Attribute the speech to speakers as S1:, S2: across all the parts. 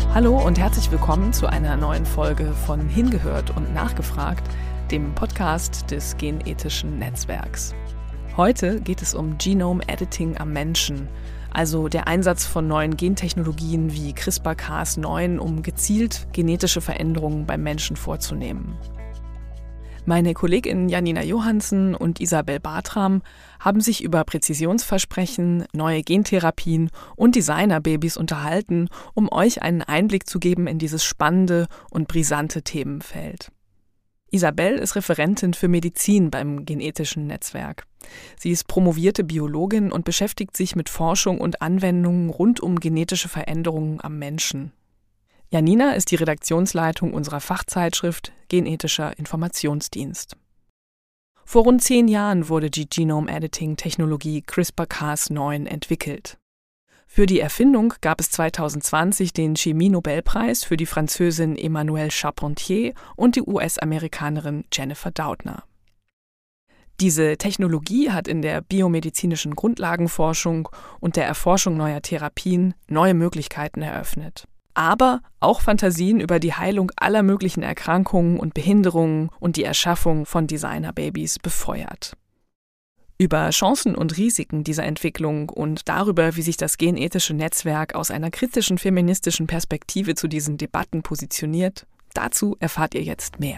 S1: Hallo und herzlich willkommen zu einer neuen Folge von Hingehört und Nachgefragt, dem Podcast des Genethischen Netzwerks. Heute geht es um Genome Editing am Menschen, also der Einsatz von neuen Gentechnologien wie CRISPR-Cas9, um gezielt genetische Veränderungen beim Menschen vorzunehmen. Meine KollegInnen Janina Johansen und Isabel Bartram haben sich über Präzisionsversprechen, neue Gentherapien und Designerbabys unterhalten, um euch einen Einblick zu geben in dieses spannende und brisante Themenfeld. Isabel ist Referentin für Medizin beim Genetischen Netzwerk. Sie ist promovierte Biologin und beschäftigt sich mit Forschung und Anwendungen rund um genetische Veränderungen am Menschen. Janina ist die Redaktionsleitung unserer Fachzeitschrift Genetischer Informationsdienst. Vor rund 10 Jahren wurde die Genome-Editing-Technologie CRISPR-Cas9 entwickelt. Für die Erfindung gab es 2020 den Chemie-Nobelpreis für die Französin Emmanuelle Charpentier und die US-Amerikanerin Jennifer Doudna. Diese Technologie hat in der biomedizinischen Grundlagenforschung und der Erforschung neuer Therapien neue Möglichkeiten eröffnet. Aber auch Fantasien über die Heilung aller möglichen Erkrankungen und Behinderungen und die Erschaffung von Designerbabys befeuert. Über Chancen und Risiken dieser Entwicklung und darüber, wie sich das Genethische Netzwerk aus einer kritischen feministischen Perspektive zu diesen Debatten positioniert, dazu erfahrt ihr jetzt mehr.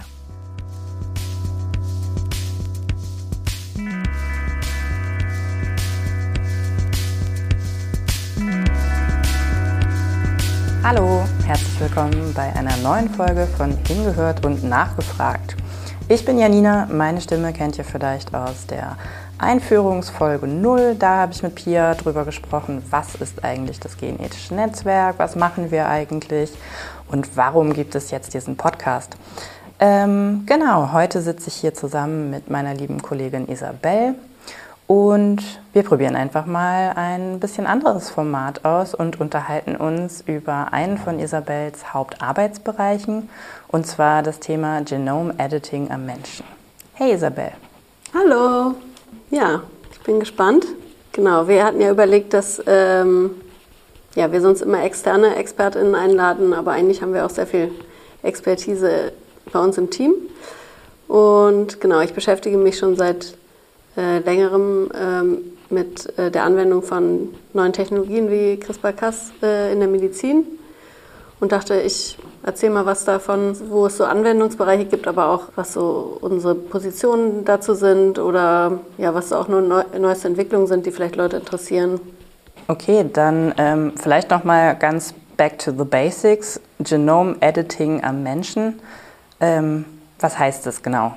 S2: Hallo, herzlich willkommen bei einer neuen Folge von Hingehört und Nachgefragt. Ich bin Janina, meine Stimme kennt ihr vielleicht aus der Einführungsfolge 0. Da habe ich mit Pia drüber gesprochen, was ist eigentlich das Genetische Netzwerk, was machen wir eigentlich und warum gibt es jetzt diesen Podcast. Heute sitze ich hier zusammen mit meiner lieben Kollegin Isabel. Und wir probieren einfach mal ein bisschen anderes Format aus und unterhalten uns über einen von Isabels Hauptarbeitsbereichen, und zwar das Thema Genome Editing am Menschen. Hey Isabel.
S3: Hallo. Ja, ich bin gespannt. Genau, wir hatten ja überlegt, dass wir sonst immer externe ExpertInnen einladen, aber eigentlich haben wir auch sehr viel Expertise bei uns im Team. Und genau, ich beschäftige mich schon seit längerem mit der Anwendung von neuen Technologien wie CRISPR-Cas in der Medizin und dachte, ich erzähle mal was davon, wo es so Anwendungsbereiche gibt, aber auch was so unsere Positionen dazu sind oder ja, was auch nur neueste Entwicklungen sind, die vielleicht Leute interessieren.
S2: Okay, dann vielleicht nochmal ganz back to the basics. Genome Editing am Menschen. Was heißt das genau?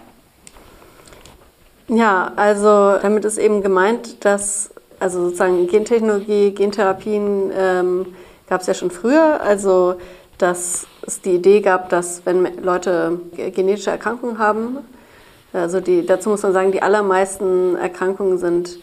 S3: Ja, also damit ist eben gemeint, dass also sozusagen Gentechnologie, Gentherapien gab es ja schon früher, also dass es die Idee gab, dass wenn Leute genetische Erkrankungen haben, also dazu muss man sagen, die allermeisten Erkrankungen sind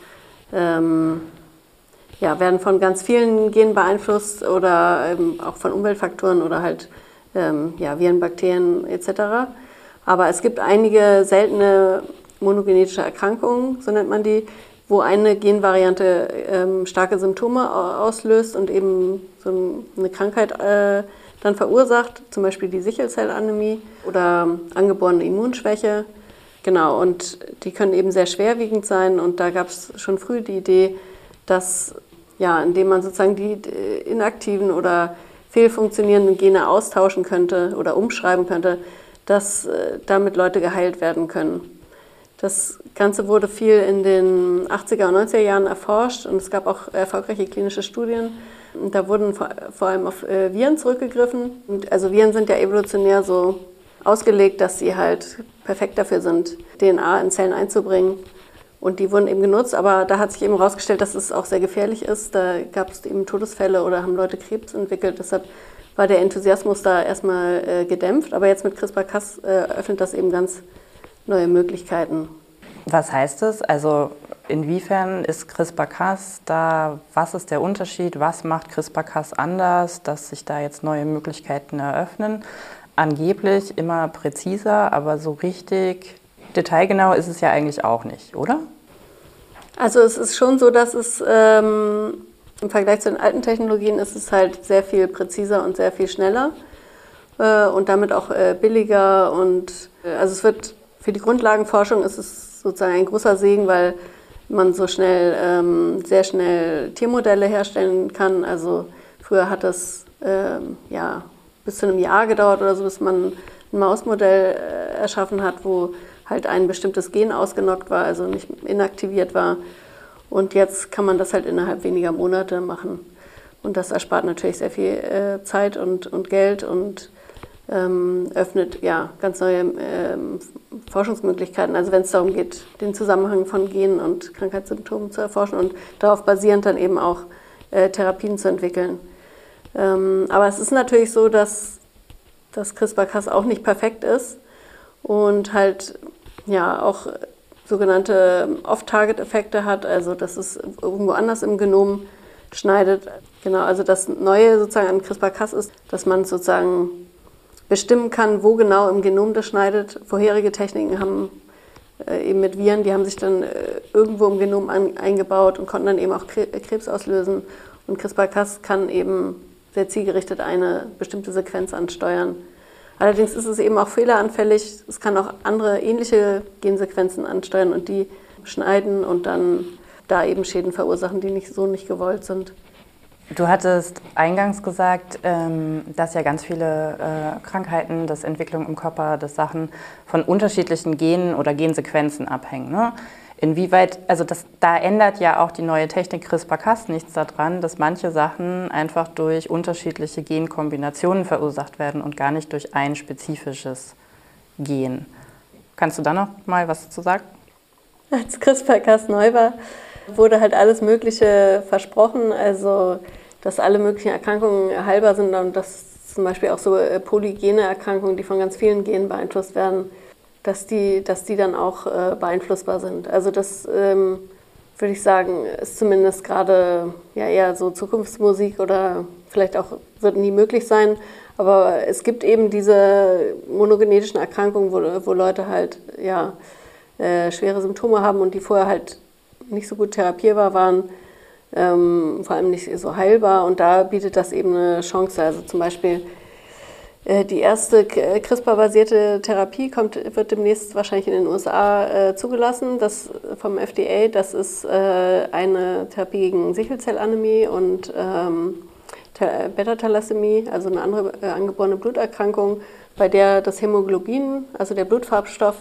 S3: werden von ganz vielen Genen beeinflusst oder auch von Umweltfaktoren oder halt Viren, Bakterien etc. Aber es gibt einige seltene monogenetische Erkrankungen, so nennt man die, wo eine Genvariante starke Symptome auslöst und eben so eine Krankheit dann verursacht, zum Beispiel die Sichelzellanämie oder angeborene Immunschwäche. Genau, und die können eben sehr schwerwiegend sein und da gab es schon früh die Idee, dass indem man sozusagen die inaktiven oder fehlfunktionierenden Gene austauschen könnte oder umschreiben könnte, dass damit Leute geheilt werden können. Das Ganze wurde viel in den 80er und 90er Jahren erforscht und es gab auch erfolgreiche klinische Studien. Und da wurden vor allem auf Viren zurückgegriffen. Und also Viren sind ja evolutionär so ausgelegt, dass sie halt perfekt dafür sind, DNA in Zellen einzubringen. Und die wurden eben genutzt, aber da hat sich eben herausgestellt, dass es auch sehr gefährlich ist. Da gab es eben Todesfälle oder haben Leute Krebs entwickelt. Deshalb war der Enthusiasmus da erstmal gedämpft. Aber jetzt mit CRISPR-Cas öffnet das eben ganz neue Möglichkeiten.
S2: Was heißt das? Also inwiefern ist CRISPR-Cas da? Was ist der Unterschied? Was macht CRISPR-Cas anders, dass sich da jetzt neue Möglichkeiten eröffnen? Angeblich immer präziser, aber so richtig detailgenau ist es ja eigentlich auch nicht, oder?
S3: Also es ist schon so, dass es Im Vergleich zu den alten Technologien ist es halt sehr viel präziser und sehr viel schneller und damit auch billiger. Und also es wird für die Grundlagenforschung ist es sozusagen ein großer Segen, weil man so schnell, sehr schnell Tiermodelle herstellen kann. Also früher hat es bis zu einem Jahr gedauert oder so, bis man ein Mausmodell erschaffen hat, wo halt ein bestimmtes Gen ausgenockt war, also nicht inaktiviert war. Und jetzt kann man das halt innerhalb weniger Monate machen. Und das erspart natürlich sehr viel Zeit und Geld und öffnet ganz neue Forschungsmöglichkeiten. Also wenn es darum geht, den Zusammenhang von Genen und Krankheitssymptomen zu erforschen und darauf basierend dann eben auch Therapien zu entwickeln. Aber es ist natürlich so, dass CRISPR-Cas auch nicht perfekt ist und halt auch sogenannte Off-Target-Effekte hat, also dass es irgendwo anders im Genom schneidet. Genau, also das Neue sozusagen an CRISPR-Cas ist, dass man sozusagen bestimmen kann, wo genau im Genom das schneidet. Vorherige Techniken haben eben mit Viren, die haben sich dann irgendwo im Genom eingebaut und konnten dann eben auch Krebs auslösen. Und CRISPR-Cas kann eben sehr zielgerichtet eine bestimmte Sequenz ansteuern. Allerdings ist es eben auch fehleranfällig. Es kann auch andere ähnliche Gensequenzen ansteuern und die schneiden und dann da eben Schäden verursachen, die nicht gewollt sind.
S2: Du hattest eingangs gesagt, dass ja ganz viele Krankheiten, dass Entwicklung im Körper, dass Sachen von unterschiedlichen Genen oder Gensequenzen abhängen. Ne? Inwieweit, also da ändert ja auch die neue Technik CRISPR-Cas nichts daran, dass manche Sachen einfach durch unterschiedliche Genkombinationen verursacht werden und gar nicht durch ein spezifisches Gen. Kannst du da noch mal was zu sagen?
S3: Als CRISPR-Cas neu war, wurde halt alles Mögliche versprochen, also dass alle möglichen Erkrankungen heilbar sind und dass zum Beispiel auch so polygene Erkrankungen, die von ganz vielen Genen beeinflusst werden, dass die dann auch beeinflussbar sind. Also das würde ich sagen, ist zumindest gerade eher so Zukunftsmusik oder vielleicht auch wird nie möglich sein. Aber es gibt eben diese monogenetischen Erkrankungen, wo Leute halt schwere Symptome haben und die vorher halt nicht so gut therapierbar waren, vor allem nicht so heilbar. Und da bietet das eben eine Chance. Also zum Beispiel die erste CRISPR-basierte Therapie wird demnächst wahrscheinlich in den USA zugelassen, das vom FDA. Das ist eine Therapie gegen Sichelzellanämie und Beta-Thalassämie, also eine andere angeborene Bluterkrankung, bei der das Hämoglobin, also der Blutfarbstoff,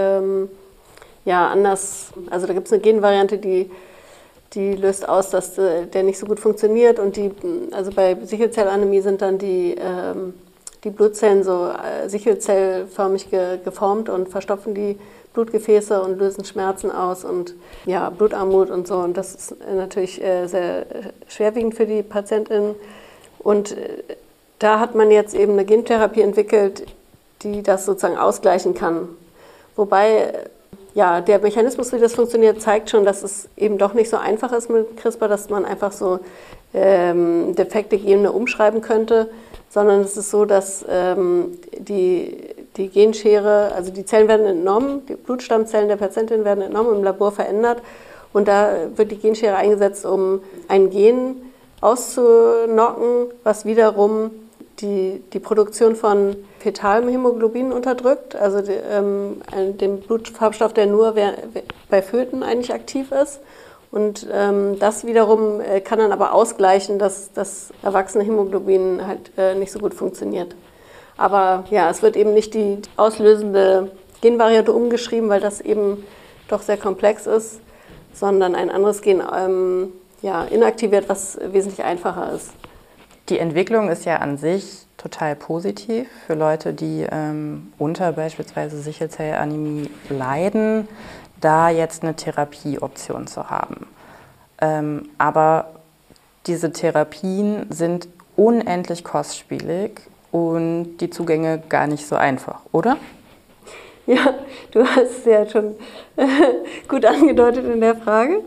S3: anders, also da gibt es eine Genvariante, die löst aus, dass der nicht so gut funktioniert und also bei Sichelzellanämie sind dann die Blutzellen so sichelzellförmig geformt und verstopfen die Blutgefäße und lösen Schmerzen aus und Blutarmut und so. Und das ist natürlich sehr schwerwiegend für die PatientInnen. Und da hat man jetzt eben eine Gentherapie entwickelt, die das sozusagen ausgleichen kann. Wobei der Mechanismus, wie das funktioniert, zeigt schon, dass es eben doch nicht so einfach ist mit CRISPR, dass man einfach so defekte Gene umschreiben könnte, sondern es ist so, dass die Genschere, also die Zellen werden entnommen, die Blutstammzellen der Patientin werden entnommen, im Labor verändert und da wird die Genschere eingesetzt, um ein Gen auszunocken, was wiederum die Produktion von fetalem Hämoglobin unterdrückt, also dem Blutfarbstoff, der nur bei Föten eigentlich aktiv ist. Und das wiederum kann dann aber ausgleichen, dass das erwachsene Hämoglobin halt nicht so gut funktioniert. Aber es wird eben nicht die auslösende Genvariante umgeschrieben, weil das eben doch sehr komplex ist, sondern ein anderes Gen inaktiviert, was wesentlich einfacher ist.
S2: Die Entwicklung ist ja an sich total positiv für Leute, die unter beispielsweise Sichelzellanämie leiden, da jetzt eine Therapieoption zu haben. Aber diese Therapien sind unendlich kostspielig und die Zugänge gar nicht so einfach, oder?
S3: Ja, du hast es ja schon gut angedeutet in der Frage.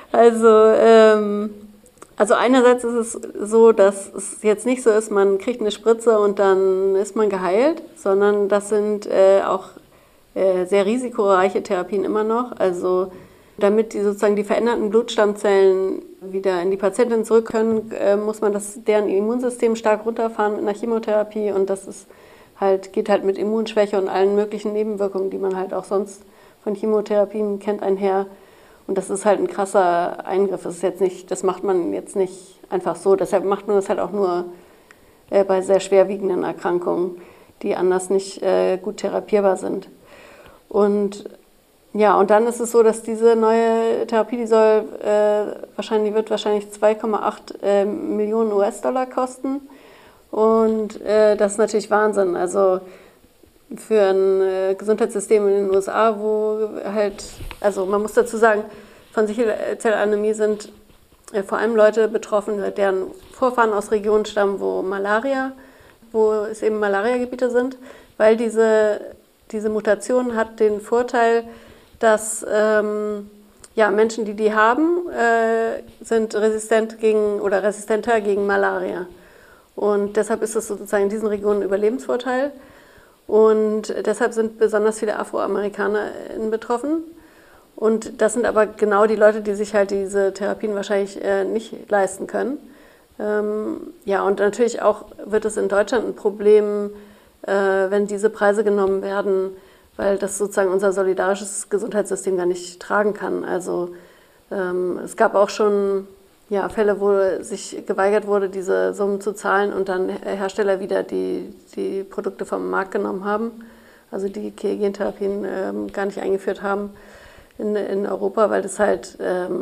S3: Also einerseits ist es so, dass es jetzt nicht so ist, man kriegt eine Spritze und dann ist man geheilt, sondern das sind auch sehr risikoreiche Therapien immer noch. Also damit die sozusagen die veränderten Blutstammzellen wieder in die Patientin zurück können, muss man deren Immunsystem stark runterfahren mit einer Chemotherapie und geht halt mit Immunschwäche und allen möglichen Nebenwirkungen, die man halt auch sonst von Chemotherapien kennt, einher. Und das ist halt ein krasser Eingriff. Das macht man jetzt nicht einfach so. Deshalb macht man das halt auch nur bei sehr schwerwiegenden Erkrankungen, die anders nicht gut therapierbar sind. Und dann ist es so, dass diese neue Therapie, die wird wahrscheinlich 2,8 Millionen US-Dollar kosten. Und das ist natürlich Wahnsinn. Also für ein Gesundheitssystem in den USA, man muss dazu sagen, von Sichelzellanämie sind vor allem Leute betroffen, deren Vorfahren aus Regionen stammen, wo es eben Malariagebiete sind, weil diese Mutation hat den Vorteil, dass Menschen, die haben, sind resistenter gegen Malaria. Und deshalb ist es sozusagen in diesen Regionen ein Überlebensvorteil. Und deshalb sind besonders viele AfroamerikanerInnen betroffen. Und das sind aber genau die Leute, die sich halt diese Therapien wahrscheinlich nicht leisten können. Und natürlich auch wird es in Deutschland ein Problem, wenn diese Preise genommen werden, weil das sozusagen unser solidarisches Gesundheitssystem gar nicht tragen kann. Also es gab auch schon Fälle, wo sich geweigert wurde, diese Summen zu zahlen und dann Hersteller wieder die Produkte vom Markt genommen haben, also die Gentherapien gar nicht eingeführt haben in Europa, weil das halt,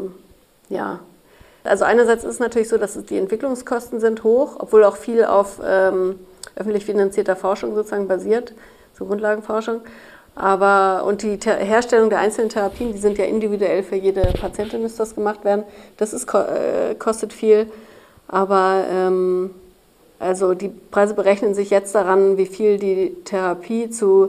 S3: Also einerseits ist es natürlich so, dass die Entwicklungskosten sind hoch, obwohl auch viel auf öffentlich finanzierter Forschung sozusagen basiert, so Grundlagenforschung. Und die Herstellung der einzelnen Therapien, die sind ja individuell für jede Patientin, muss das gemacht werden. Das kostet viel, aber also die Preise berechnen sich jetzt daran, wie viel die Therapie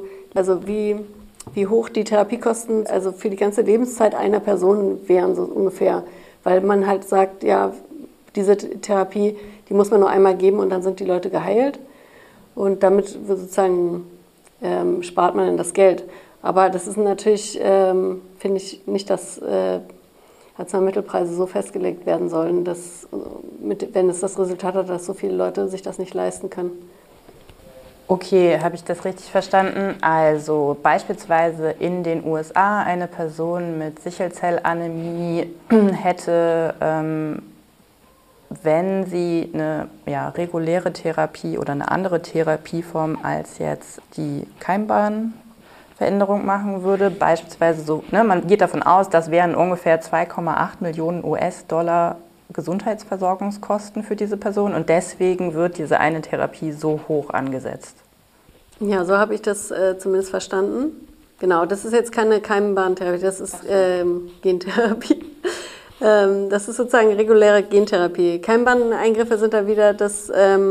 S3: wie hoch die Therapiekosten also für die ganze Lebenszeit einer Person wären, so ungefähr. Weil man halt sagt, ja, diese Therapie, die muss man nur einmal geben und dann sind die Leute geheilt. Und damit sozusagen spart man dann das Geld. Aber das ist natürlich, finde ich, nicht, dass Arzneimittelpreise so festgelegt werden sollen, wenn es das Resultat hat, dass so viele Leute sich das nicht leisten können.
S2: Okay, habe ich das richtig verstanden? Also beispielsweise in den USA eine Person mit Sichelzellanämie hätte, wenn sie eine reguläre Therapie oder eine andere Therapieform als jetzt die Keimbahnveränderung machen würde, beispielsweise man geht davon aus, das wären ungefähr 2,8 Millionen US-Dollar Gesundheitsversorgungskosten für diese Person und deswegen wird diese eine Therapie so hoch angesetzt.
S3: Ja, so habe ich das zumindest verstanden. Genau, das ist jetzt keine Keimbahntherapie, das ist Gentherapie. Das ist sozusagen reguläre Gentherapie. Keimbahneingriffe sind da wieder das,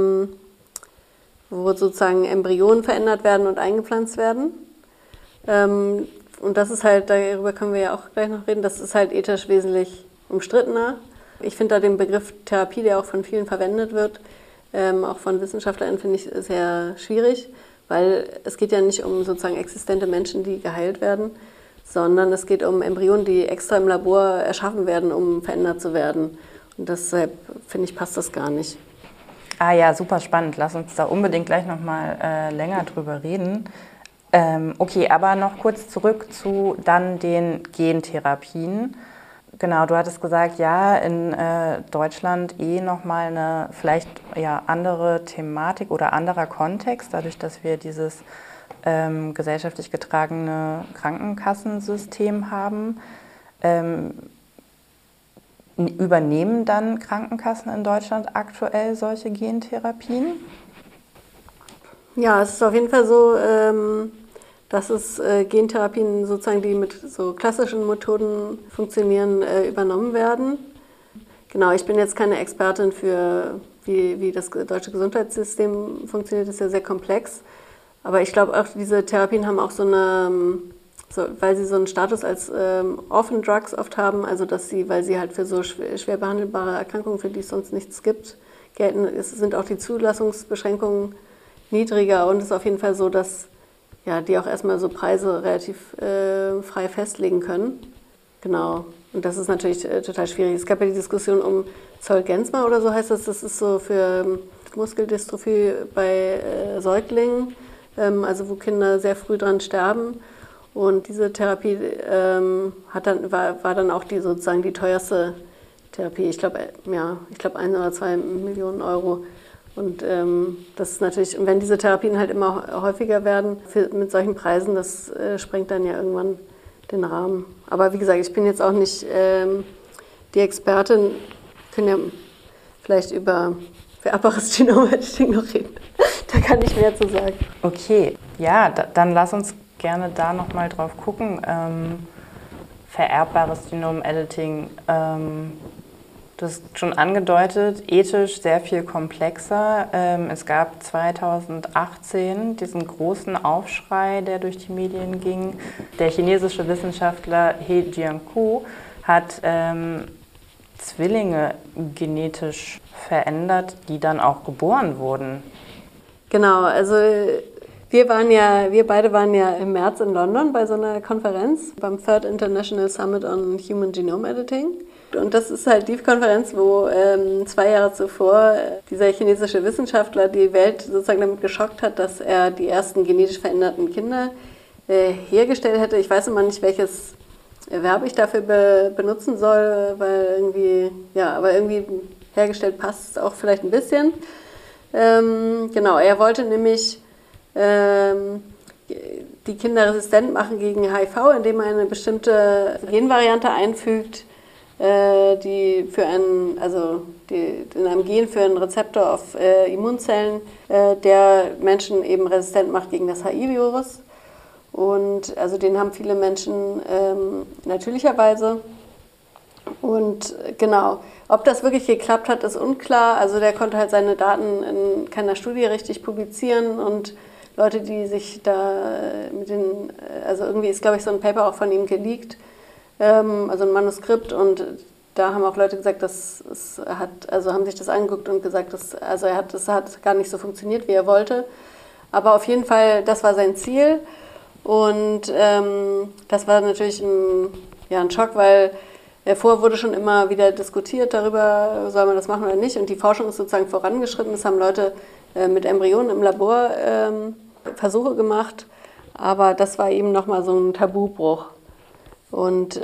S3: wo sozusagen Embryonen verändert werden und eingepflanzt werden. Und das ist halt, darüber können wir ja auch gleich noch reden, das ist halt ethisch wesentlich umstrittener. Ich finde da den Begriff Therapie, der auch von vielen verwendet wird, auch von WissenschaftlerInnen, finde ich sehr schwierig, weil es geht ja nicht um sozusagen existente Menschen, die geheilt werden, sondern es geht um Embryonen, die extra im Labor erschaffen werden, um verändert zu werden. Und deshalb, finde ich, passt das gar nicht.
S2: Ah ja, super spannend. Lass uns da unbedingt gleich nochmal länger drüber reden. Okay, aber noch kurz zurück zu dann den Gentherapien. Genau, du hattest gesagt, ja, in Deutschland nochmal eine vielleicht andere Thematik oder anderer Kontext, dadurch, dass wir dieses gesellschaftlich getragene Krankenkassensystem haben. Übernehmen dann Krankenkassen in Deutschland aktuell solche Gentherapien?
S3: Ja, es ist auf jeden Fall so, dass es Gentherapien sozusagen, die mit so klassischen Methoden funktionieren, übernommen werden. Genau, ich bin jetzt keine Expertin für, wie das deutsche Gesundheitssystem funktioniert, das ist ja sehr komplex. Aber ich glaube auch, diese Therapien haben auch weil sie so einen Status als Orphan Drugs oft haben, also weil sie halt für so schwer behandelbare Erkrankungen, für die es sonst nichts gibt, gelten, sind auch die Zulassungsbeschränkungen niedriger und es ist auf jeden Fall so, dass die auch erstmal so Preise relativ frei festlegen können. Genau. Und das ist natürlich total schwierig. Es gab ja die Diskussion um Zolgensma oder so heißt das. Das ist so für Muskeldystrophie bei Säuglingen, also wo Kinder sehr früh dran sterben. Und diese Therapie war dann auch sozusagen die teuerste Therapie. Ich glaube 1 oder 2 Millionen Euro. Und das ist natürlich, und wenn diese Therapien halt immer häufiger werden, mit solchen Preisen, das sprengt dann ja irgendwann den Rahmen. Aber wie gesagt, ich bin jetzt auch nicht die Expertin. Wir können ja vielleicht über vererbbares Genom-Editing noch reden. Da kann ich mehr zu sagen.
S2: Okay, ja, dann lass uns gerne da nochmal drauf gucken. Vererbbares Genom-Editing, du hast schon angedeutet, ethisch sehr viel komplexer. Es gab 2018 diesen großen Aufschrei, der durch die Medien ging. Der chinesische Wissenschaftler He Jiankui hat Zwillinge genetisch verändert, die dann auch geboren wurden.
S3: Genau, also wir beide waren ja im März in London bei so einer Konferenz beim Third International Summit on Human Genome Editing. Und das ist halt die Konferenz, wo 2 Jahre zuvor dieser chinesische Wissenschaftler die Welt sozusagen damit geschockt hat, dass er die ersten genetisch veränderten Kinder hergestellt hätte. Ich weiß immer nicht, welches Verb ich dafür benutzen soll, weil irgendwie hergestellt passt es auch vielleicht ein bisschen. Genau, er wollte nämlich die Kinder resistent machen gegen HIV, indem er eine bestimmte Genvariante einfügt, die in einem Gen für einen Rezeptor auf Immunzellen, der Menschen eben resistent macht gegen das HIV-Virus. Und also den haben viele Menschen natürlicherweise. Und genau, ob das wirklich geklappt hat, ist unklar. Also der konnte halt seine Daten in keiner Studie richtig publizieren und Leute, die sich da also irgendwie ist, glaube ich, so ein Paper auch von ihm geleakt, also ein Manuskript, und da haben auch Leute gesagt, haben sich das angeguckt und gesagt, das hat gar nicht so funktioniert, wie er wollte. Aber auf jeden Fall, das war sein Ziel, und das war natürlich ein Schock, weil vorher wurde schon immer wieder diskutiert darüber, soll man das machen oder nicht, und die Forschung ist sozusagen vorangeschritten. Es haben Leute mit Embryonen im Labor Versuche gemacht, aber das war eben nochmal so ein Tabubruch. Und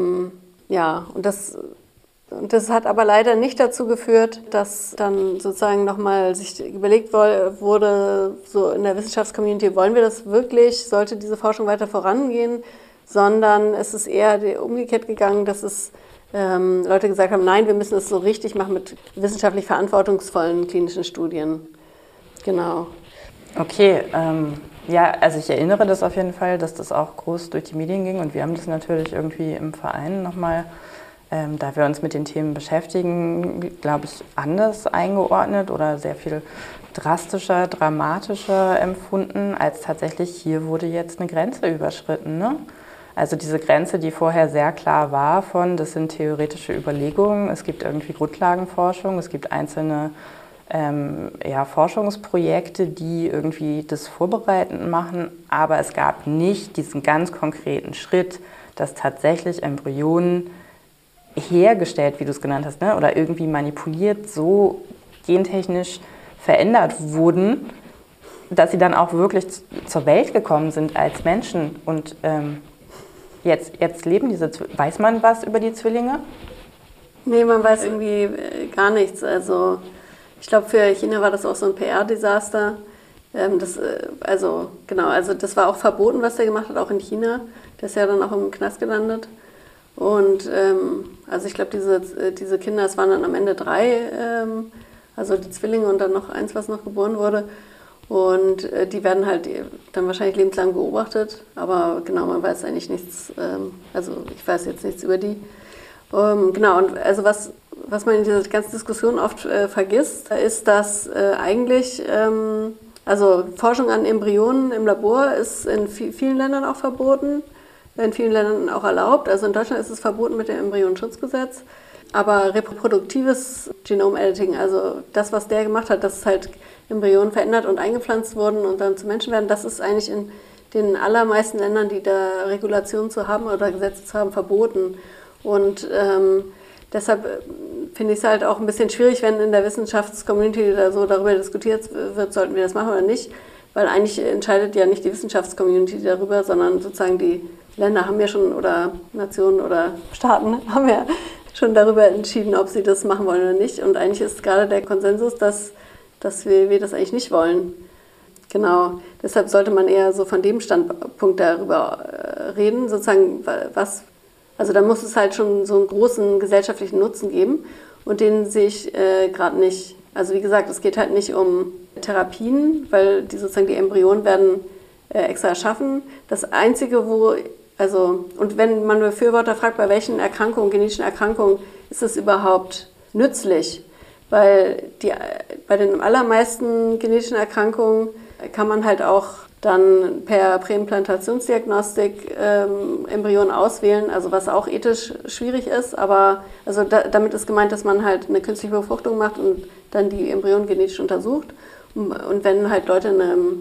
S3: das hat aber leider nicht dazu geführt, dass dann sozusagen nochmal sich überlegt wurde, so in der Wissenschaftscommunity, wollen wir das wirklich, sollte diese Forschung weiter vorangehen, sondern es ist eher umgekehrt gegangen, dass es Leute gesagt haben, nein, wir müssen es so richtig machen mit wissenschaftlich verantwortungsvollen klinischen Studien. Genau.
S2: Okay, also ich erinnere das auf jeden Fall, dass das auch groß durch die Medien ging, und wir haben das natürlich irgendwie im Verein nochmal, da wir uns mit den Themen beschäftigen, glaube ich, anders eingeordnet oder sehr viel drastischer, dramatischer empfunden, als tatsächlich hier wurde jetzt eine Grenze überschritten, ne? Also diese Grenze, die vorher sehr klar war das sind theoretische Überlegungen, es gibt irgendwie Grundlagenforschung, es gibt einzelne Forschungsprojekte, die irgendwie das vorbereitend machen, aber es gab nicht diesen ganz konkreten Schritt, dass tatsächlich Embryonen hergestellt, wie du es genannt hast, ne, oder irgendwie manipuliert, so gentechnisch verändert wurden, dass sie dann auch wirklich zur Welt gekommen sind als Menschen. Und jetzt leben diese Weiß man was über die Zwillinge?
S3: Nee, man weiß irgendwie gar nichts. Also ich glaube, für China war das auch so ein PR-Desaster. Das war auch verboten, was der gemacht hat, auch in China. Der ist ja dann auch im Knast gelandet. Und also ich glaube, diese Kinder, es waren dann am Ende 3, also die Zwillinge und dann noch eins, was noch geboren wurde. Und die werden halt dann wahrscheinlich lebenslang beobachtet. Aber genau, man weiß eigentlich nichts, also ich weiß jetzt nichts über die. Genau, und also was man in dieser ganzen Diskussion oft vergisst, ist, dass eigentlich, also Forschung an Embryonen im Labor ist in vielen Ländern auch verboten, in vielen Ländern auch erlaubt. Also in Deutschland ist es verboten mit dem Embryonenschutzgesetz. Aber reproduktives Genom-Editing, also das, was der gemacht hat, dass halt Embryonen verändert und eingepflanzt wurden und dann zu Menschen werden, das ist eigentlich in den allermeisten Ländern, die da Regulationen zu haben oder Gesetze zu haben, verboten. Und deshalb finde ich es halt auch ein bisschen schwierig, wenn in der Wissenschaftscommunity oder so darüber diskutiert wird, sollten wir das machen oder nicht. Weil eigentlich entscheidet ja nicht die Wissenschaftscommunity darüber, sondern sozusagen die Länder haben ja schon, oder Nationen oder Staaten haben ja schon darüber entschieden, ob sie das machen wollen oder nicht. Und eigentlich ist gerade der Konsensus, dass wir das eigentlich nicht wollen. Genau, deshalb sollte man eher so von dem Standpunkt darüber reden, sozusagen also da muss es halt schon so einen großen gesellschaftlichen Nutzen geben und den sehe ich gerade nicht. Also wie gesagt, es geht halt nicht um Therapien, weil die Embryonen werden extra erschaffen. Das Einzige, und wenn man Befürworter fragt, bei welchen genetischen Erkrankungen ist es überhaupt nützlich? Weil bei den allermeisten genetischen Erkrankungen kann man halt auch dann per Präimplantationsdiagnostik Embryonen auswählen, also was auch ethisch schwierig ist, aber damit ist gemeint, dass man halt eine künstliche Befruchtung macht und dann die Embryonen genetisch untersucht. Und wenn halt Leute ein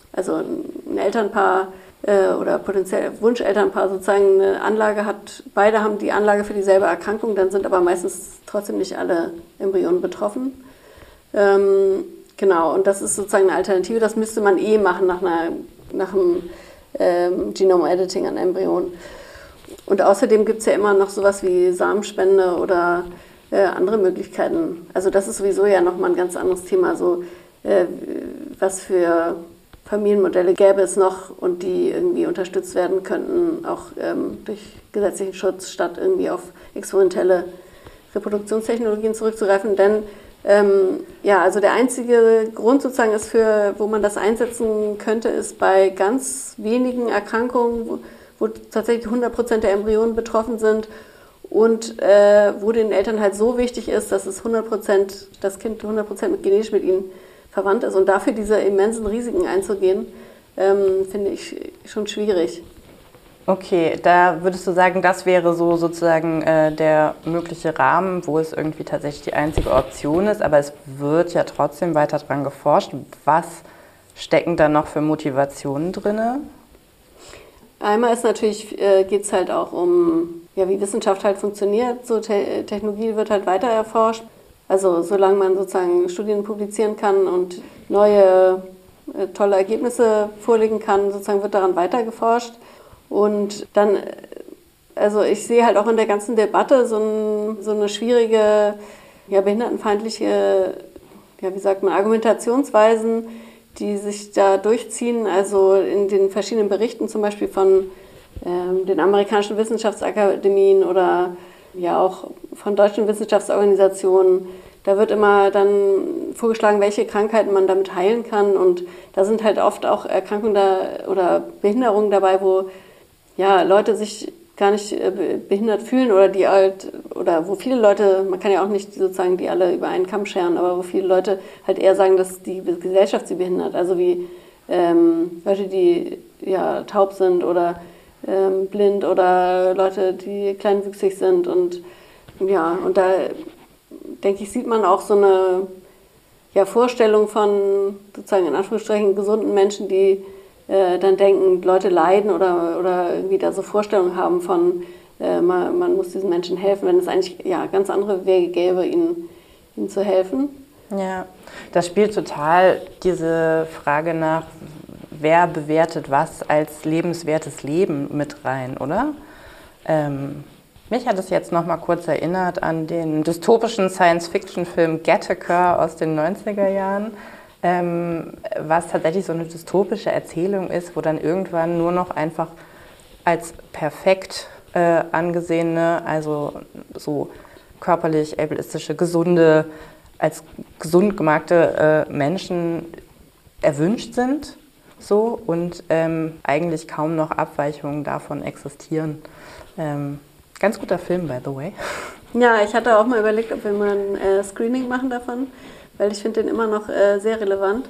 S3: Elternpaar oder potenziell Wunschelternpaar sozusagen eine Anlage hat, beide haben die Anlage für dieselbe Erkrankung, dann sind aber meistens trotzdem nicht alle Embryonen betroffen. Genau, und das ist sozusagen eine Alternative, das müsste man machen nach einem Genome-Editing an Embryonen. Und außerdem gibt es ja immer noch sowas wie Samenspende oder andere Möglichkeiten. Also das ist sowieso ja nochmal ein ganz anderes Thema, so was für Familienmodelle gäbe es noch und die irgendwie unterstützt werden könnten, auch durch gesetzlichen Schutz, statt irgendwie auf experimentelle Reproduktionstechnologien zurückzugreifen. Denn also der einzige Grund sozusagen ist wo man das einsetzen könnte, ist bei ganz wenigen Erkrankungen, wo tatsächlich 100% der Embryonen betroffen sind und wo den Eltern halt so wichtig ist, dass das Kind 100% genetisch mit ihnen verwandt ist. Und dafür diese immensen Risiken einzugehen, finde ich schon schwierig.
S2: Okay, da würdest du sagen, das wäre so sozusagen der mögliche Rahmen, wo es irgendwie tatsächlich die einzige Option ist, aber es wird ja trotzdem weiter dran geforscht. Was stecken da noch für Motivationen drin?
S3: Einmal ist natürlich, geht es halt auch um, wie Wissenschaft halt funktioniert. So Technologie wird halt weiter erforscht. Also solange man sozusagen Studien publizieren kann und neue tolle Ergebnisse vorlegen kann, sozusagen wird daran weiter geforscht. Und dann, also ich sehe halt auch in der ganzen Debatte so eine schwierige, behindertenfeindliche, Argumentationsweisen, die sich da durchziehen. Also in den verschiedenen Berichten zum Beispiel von den amerikanischen Wissenschaftsakademien oder auch von deutschen Wissenschaftsorganisationen. Da wird immer dann vorgeschlagen, welche Krankheiten man damit heilen kann. Und da sind halt oft auch Erkrankungen oder Behinderungen dabei, wo Leute sich gar nicht behindert fühlen oder wo viele Leute, man kann ja auch nicht sozusagen die alle über einen Kamm scheren, aber wo viele Leute halt eher sagen, dass die Gesellschaft sie behindert. Also wie Leute, die taub sind oder blind oder Leute, die kleinwüchsig sind und da denke ich, sieht man auch so eine Vorstellung von sozusagen in Anführungsstrichen gesunden Menschen, die dann denken, Leute leiden oder irgendwie da so Vorstellungen haben von, man muss diesen Menschen helfen, wenn es eigentlich ganz andere Wege gäbe, ihnen zu helfen.
S2: Ja, das spielt total diese Frage nach, wer bewertet was als lebenswertes Leben mit rein, oder? Mich hat es jetzt noch mal kurz erinnert an den dystopischen Science-Fiction-Film Gattaca aus den 90er Jahren, was tatsächlich so eine dystopische Erzählung ist, wo dann irgendwann nur noch einfach als perfekt angesehene, also so körperlich ableistische, gesunde, als gesund gemarkte Menschen erwünscht sind so und eigentlich kaum noch Abweichungen davon existieren. Ganz guter Film, by the way.
S3: Ja, ich hatte auch mal überlegt, ob wir mal ein Screening machen davon, weil ich finde den immer noch sehr relevant.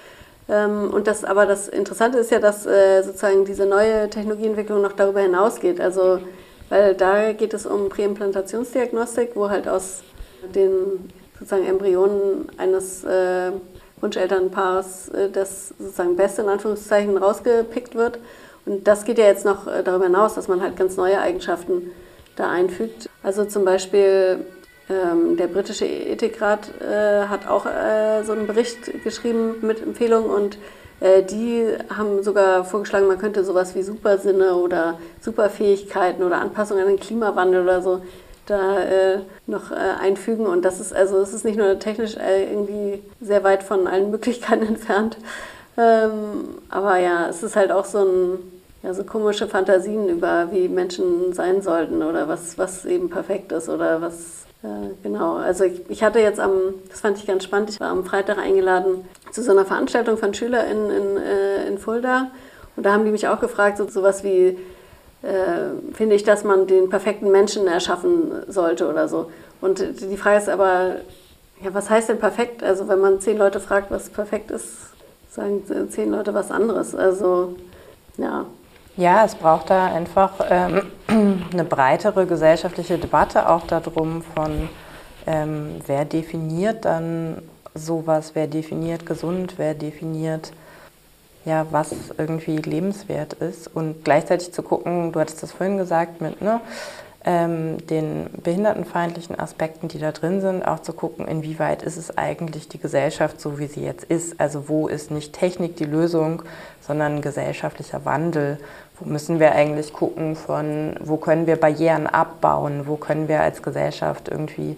S3: Aber das Interessante ist ja, dass sozusagen diese neue Technologieentwicklung noch darüber hinausgeht. Also, weil da geht es um Präimplantationsdiagnostik, wo halt aus den sozusagen Embryonen eines Wunschelternpaars das sozusagen Beste in Anführungszeichen rausgepickt wird. Und das geht ja jetzt noch darüber hinaus, dass man halt ganz neue Eigenschaften da einfügt. Also zum Beispiel der britische Ethikrat hat auch so einen Bericht geschrieben mit Empfehlungen und die haben sogar vorgeschlagen, man könnte sowas wie Supersinne oder Superfähigkeiten oder Anpassung an den Klimawandel oder so da noch einfügen. Und das ist nicht nur technisch irgendwie sehr weit von allen Möglichkeiten entfernt, aber ja, es ist halt auch so komische Fantasien über, wie Menschen sein sollten oder was eben perfekt ist oder was. Genau, also ich hatte jetzt das fand ich ganz spannend, ich war am Freitag eingeladen zu so einer Veranstaltung von SchülerInnen in Fulda und da haben die mich auch gefragt, sowas wie, finde ich, dass man den perfekten Menschen erschaffen sollte oder so. Und die Frage ist aber, ja, was heißt denn perfekt? Also wenn man 10 Leute fragt, was perfekt ist, sagen 10 Leute was anderes. Also, ja.
S2: Ja, es braucht da einfach eine breitere gesellschaftliche Debatte auch darum von, wer definiert dann sowas, wer definiert gesund, wer definiert, ja, was irgendwie lebenswert ist und gleichzeitig zu gucken, du hattest das vorhin gesagt, mit den behindertenfeindlichen Aspekten, die da drin sind, auch zu gucken, inwieweit ist es eigentlich die Gesellschaft so, wie sie jetzt ist. Also wo ist nicht Technik die Lösung, sondern ein gesellschaftlicher Wandel. Wo müssen wir eigentlich gucken wo können wir Barrieren abbauen, wo können wir als Gesellschaft irgendwie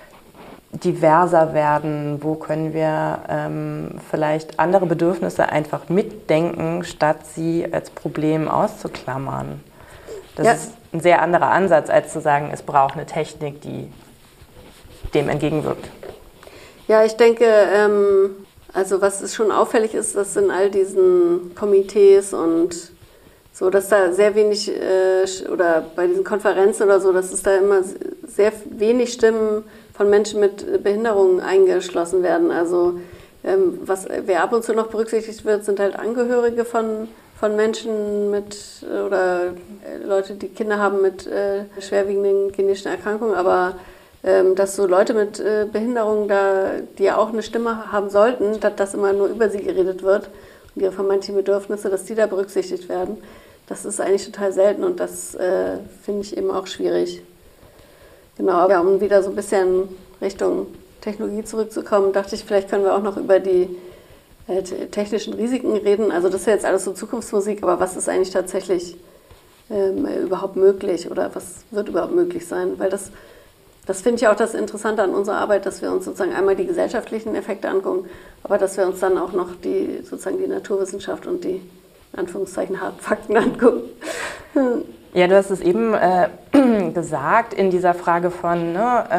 S2: diverser werden, wo können wir vielleicht andere Bedürfnisse einfach mitdenken, statt sie als Problem auszuklammern. Das ist ein sehr anderer Ansatz, als zu sagen, es braucht eine Technik, die dem entgegenwirkt. Ja, ich denke, also was schon auffällig ist, dass in all diesen Komitees und so, dass da sehr wenig, oder bei diesen Konferenzen oder so, dass es da immer sehr wenig Stimmen von Menschen mit Behinderungen eingeschlossen werden. Also wer ab und zu noch berücksichtigt wird, sind halt Angehörige von Menschen oder Leute, die Kinder haben mit schwerwiegenden genetischen Erkrankungen, aber dass so Leute mit Behinderungen die ja auch eine Stimme haben sollten, dass immer nur über sie geredet wird und ihre vermeintlichen Bedürfnisse, dass die da berücksichtigt werden, das ist eigentlich total selten und das finde ich eben auch schwierig. Genau, aber um wieder so ein bisschen Richtung Technologie zurückzukommen, dachte ich, vielleicht können wir auch noch über die technischen Risiken reden. Also das ist ja jetzt alles so Zukunftsmusik, aber was ist eigentlich tatsächlich überhaupt möglich oder was wird überhaupt möglich sein? Weil das finde ich auch das Interessante an unserer Arbeit, dass wir uns sozusagen einmal die gesellschaftlichen Effekte angucken, aber dass wir uns dann auch noch die Naturwissenschaft und die in Anführungszeichen harten Fakten angucken. Ja, du hast es eben gesagt in dieser Frage von,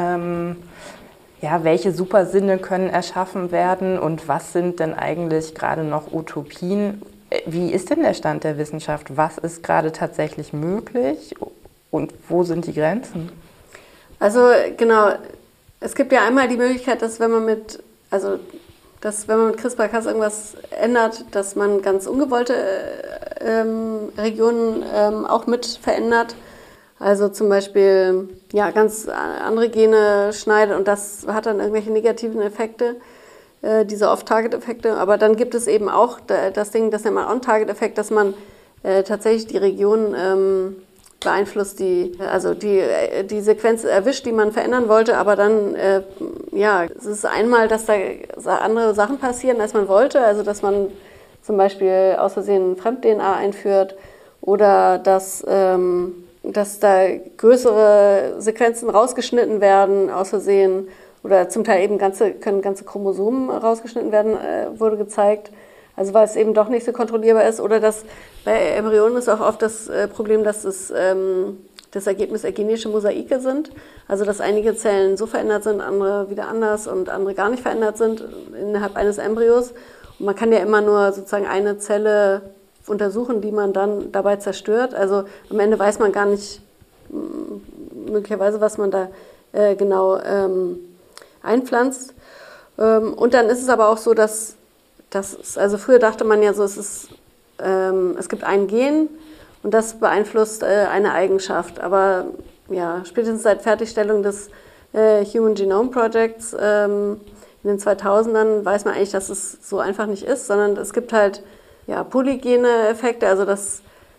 S2: welche Supersinne können erschaffen werden und was sind denn eigentlich gerade noch Utopien? Wie ist denn der Stand der Wissenschaft? Was ist gerade tatsächlich möglich und wo sind die Grenzen? Also genau, es gibt ja einmal die Möglichkeit, dass wenn man mit CRISPR-Cas irgendwas ändert, dass man ganz ungewollte Regionen auch mit verändert. Also zum Beispiel ganz andere Gene schneidet und das hat dann irgendwelche negativen Effekte, diese Off-Target-Effekte. Aber dann gibt es eben auch das nennt man On-Target-Effekt, dass man tatsächlich die Region beeinflusst, die Sequenz erwischt, die man verändern wollte, aber dann, es ist einmal, dass da andere Sachen passieren, als man wollte, also dass man zum Beispiel aus Versehen Fremd-DNA einführt oder dass da größere Sequenzen rausgeschnitten werden aus Versehen oder zum Teil eben können ganze Chromosomen rausgeschnitten werden, wurde gezeigt. Also weil es eben doch nicht so kontrollierbar ist oder dass bei Embryonen ist auch oft das Problem, dass das Ergebnis genetische Mosaike sind. Also dass einige Zellen so verändert sind, andere wieder anders und andere gar nicht verändert sind innerhalb eines Embryos. Und man kann ja immer nur sozusagen eine Zelle untersuchen, die man dann dabei zerstört. Also am Ende weiß man gar nicht möglicherweise, was man da genau einpflanzt. Und dann ist es aber auch so, dass also früher dachte man ja so, es gibt ein Gen und das beeinflusst eine Eigenschaft. Aber ja, spätestens seit Fertigstellung des Human Genome Projects in den 2000ern weiß man eigentlich, dass es so einfach nicht ist, sondern es gibt halt polygene Effekte, also dass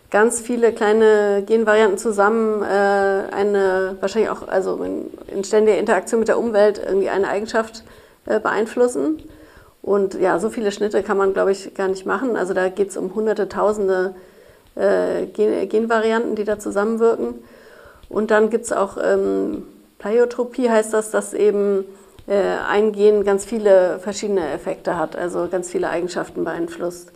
S3: ganz viele kleine Genvarianten zusammen wahrscheinlich auch, also in ständiger Interaktion mit der Umwelt irgendwie eine Eigenschaft beeinflussen. Und ja, so viele Schnitte kann man, glaube ich, gar nicht machen. Also da geht es um hunderte, tausende Genvarianten, die da zusammenwirken. Und dann gibt es auch Pleiotropie, heißt das, dass eben ein Gen ganz viele verschiedene Effekte hat, also ganz viele Eigenschaften beeinflusst.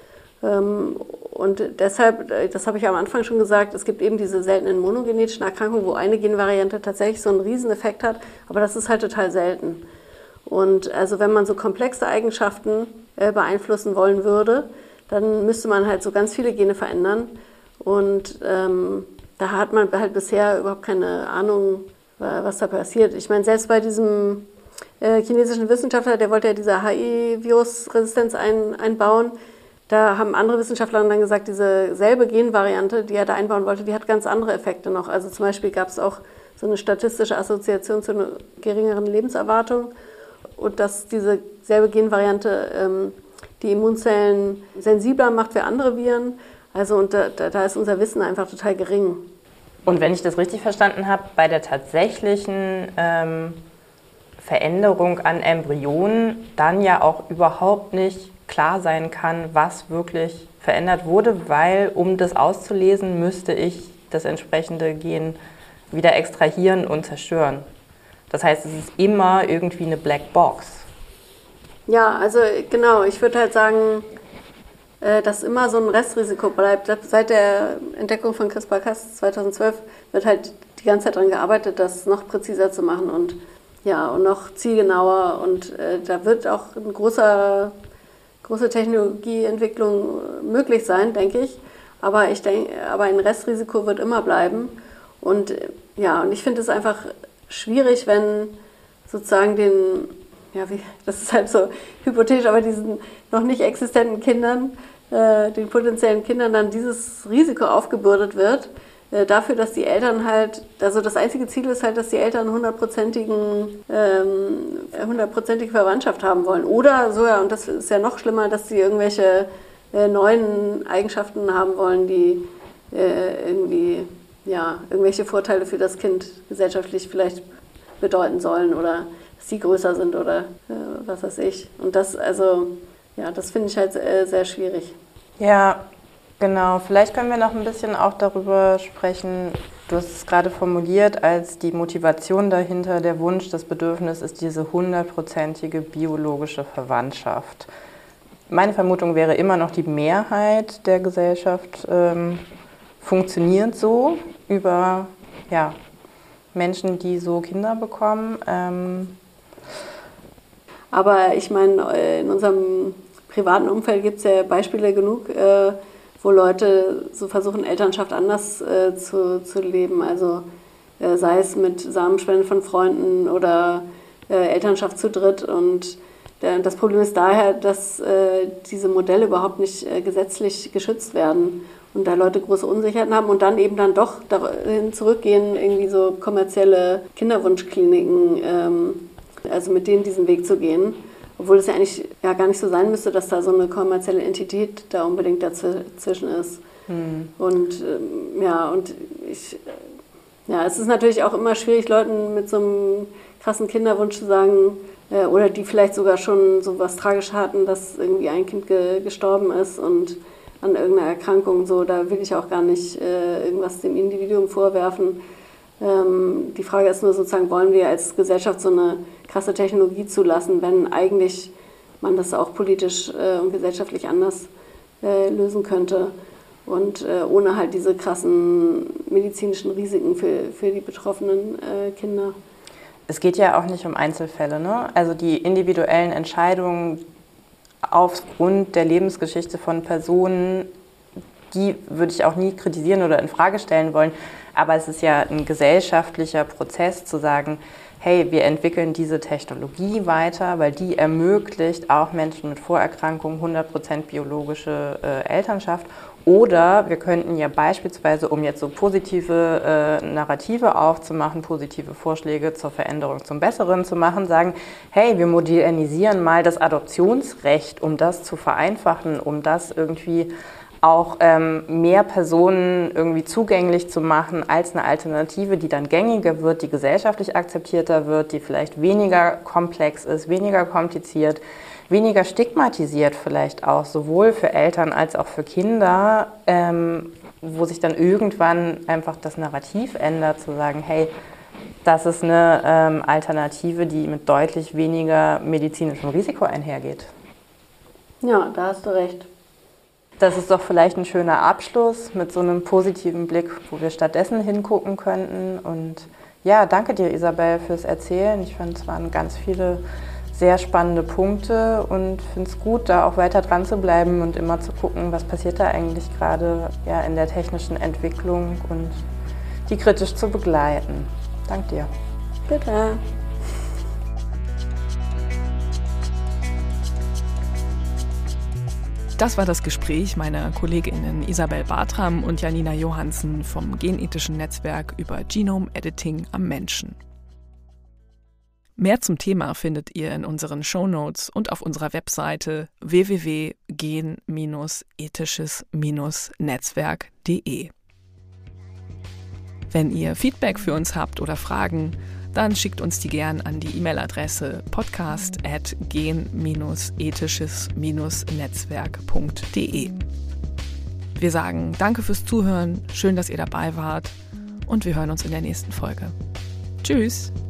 S3: Und deshalb, das habe ich am Anfang schon gesagt, es gibt eben diese seltenen monogenetischen Erkrankungen, wo eine Genvariante tatsächlich so einen riesen Effekt hat, aber das ist halt total selten. Und also wenn man so komplexe Eigenschaften beeinflussen wollen würde, dann müsste man halt so ganz viele Gene verändern. Und da hat man halt bisher überhaupt keine Ahnung, was da passiert. Ich meine, selbst bei diesem chinesischen Wissenschaftler, der wollte ja diese HIV-Virus-Resistenz einbauen, da haben andere Wissenschaftler dann gesagt, diese selbe Genvariante, die er da einbauen wollte, die hat ganz andere Effekte noch. Also zum Beispiel gab es auch so eine statistische Assoziation zu einer geringeren Lebenserwartung und dass diese selbe Genvariante die Immunzellen sensibler macht für andere Viren. Also und da ist unser Wissen einfach total gering.
S2: Und wenn ich das richtig verstanden habe, bei der tatsächlichen Veränderung an Embryonen dann ja auch überhaupt nicht klar sein kann, was wirklich verändert wurde, weil um das auszulesen, müsste ich das entsprechende Gen wieder extrahieren und zerstören. Das heißt, es ist immer irgendwie eine Black Box.
S3: Ja, also genau, ich würde halt sagen, dass immer so ein Restrisiko bleibt. Seit der Entdeckung von CRISPR-Cas 2012 wird halt die ganze Zeit daran gearbeitet, das noch präziser zu machen und noch zielgenauer. Und da wird auch eine große Technologieentwicklung möglich sein, denke ich. Aber ein Restrisiko wird immer bleiben. Und und ich finde es einfach schwierig, wenn sozusagen das ist halt so hypothetisch, aber diesen noch nicht existenten Kindern, den potenziellen Kindern dann dieses Risiko aufgebürdet wird, dafür, dass die Eltern halt, also das einzige Ziel ist halt, dass die Eltern hundertprozentige Verwandtschaft haben wollen. Oder so, und das ist ja noch schlimmer, dass sie irgendwelche neuen Eigenschaften haben wollen, die irgendwelche Vorteile für das Kind gesellschaftlich vielleicht bedeuten sollen oder dass sie größer sind oder was weiß ich. Und das finde ich halt sehr schwierig.
S2: Ja, genau. Vielleicht können wir noch ein bisschen auch darüber sprechen. Du hast es gerade formuliert, als die Motivation dahinter, der Wunsch, das Bedürfnis ist diese 100%ige biologische Verwandtschaft. Meine Vermutung wäre immer noch, die Mehrheit der Gesellschaft funktioniert so über Menschen, die so Kinder bekommen.
S3: Aber ich meine, in unserem privaten Umfeld gibt es ja Beispiele genug, wo Leute so versuchen, Elternschaft anders zu leben. Also sei es mit Samenspenden von Freunden oder Elternschaft zu dritt. Und das Problem ist daher, dass diese Modelle überhaupt nicht gesetzlich geschützt werden. Und da Leute große Unsicherheiten haben und dann eben doch dahin zurückgehen, irgendwie so kommerzielle Kinderwunschkliniken, also mit denen diesen Weg zu gehen. Obwohl es ja eigentlich gar nicht so sein müsste, dass da so eine kommerzielle Entität da unbedingt dazwischen ist. Und es ist natürlich auch immer schwierig, Leuten mit so einem krassen Kinderwunsch zu sagen, oder die vielleicht sogar schon so was Tragisches hatten, dass irgendwie ein Kind gestorben ist und an irgendeiner Erkrankung, so, da will ich auch gar nicht irgendwas dem Individuum vorwerfen. Die Frage ist nur sozusagen, wollen wir als Gesellschaft so eine krasse Technologie zulassen, wenn eigentlich man das auch politisch und gesellschaftlich anders lösen könnte und ohne halt diese krassen medizinischen Risiken für die betroffenen Kinder.
S2: Es geht ja auch nicht um Einzelfälle, ne? Also die individuellen Entscheidungen aufgrund der Lebensgeschichte von Personen, die würde ich auch nie kritisieren oder in Frage stellen wollen. Aber es ist ja ein gesellschaftlicher Prozess zu sagen, hey, wir entwickeln diese Technologie weiter, weil die ermöglicht auch Menschen mit Vorerkrankungen 100% biologische Elternschaft. Oder wir könnten ja beispielsweise, um jetzt so positive Narrative aufzumachen, positive Vorschläge zur Veränderung zum Besseren zu machen, sagen, hey, wir modernisieren mal das Adoptionsrecht, um das zu vereinfachen, um das irgendwie auch mehr Personen irgendwie zugänglich zu machen als eine Alternative, die dann gängiger wird, die gesellschaftlich akzeptierter wird, die vielleicht weniger komplex ist, weniger kompliziert, weniger stigmatisiert vielleicht auch, sowohl für Eltern als auch für Kinder, wo sich dann irgendwann einfach das Narrativ ändert, zu sagen, hey, das ist eine Alternative, die mit deutlich weniger medizinischem Risiko einhergeht.
S3: Ja, da hast du recht.
S2: Das ist doch vielleicht ein schöner Abschluss mit so einem positiven Blick, wo wir stattdessen hingucken könnten. Und ja, danke dir, Isabel, fürs Erzählen. Ich fand, es waren ganz viele sehr spannende Punkte und finde es gut, da auch weiter dran zu bleiben und immer zu gucken, was passiert da eigentlich gerade in der technischen Entwicklung und die kritisch zu begleiten. Danke dir.
S3: Bitte.
S1: Das war das Gespräch meiner KollegInnen Isabel Bartram und Janina Johansen vom Genethischen Netzwerk über Genome Editing am Menschen. Mehr zum Thema findet ihr in unseren Shownotes und auf unserer Webseite www.gen-ethisches-netzwerk.de. Wenn ihr Feedback für uns habt oder Fragen, dann schickt uns die gern an die E-Mail-Adresse podcast@gen-ethisches-netzwerk.de. Wir sagen danke fürs Zuhören, schön, dass ihr dabei wart und wir hören uns in der nächsten Folge. Tschüss!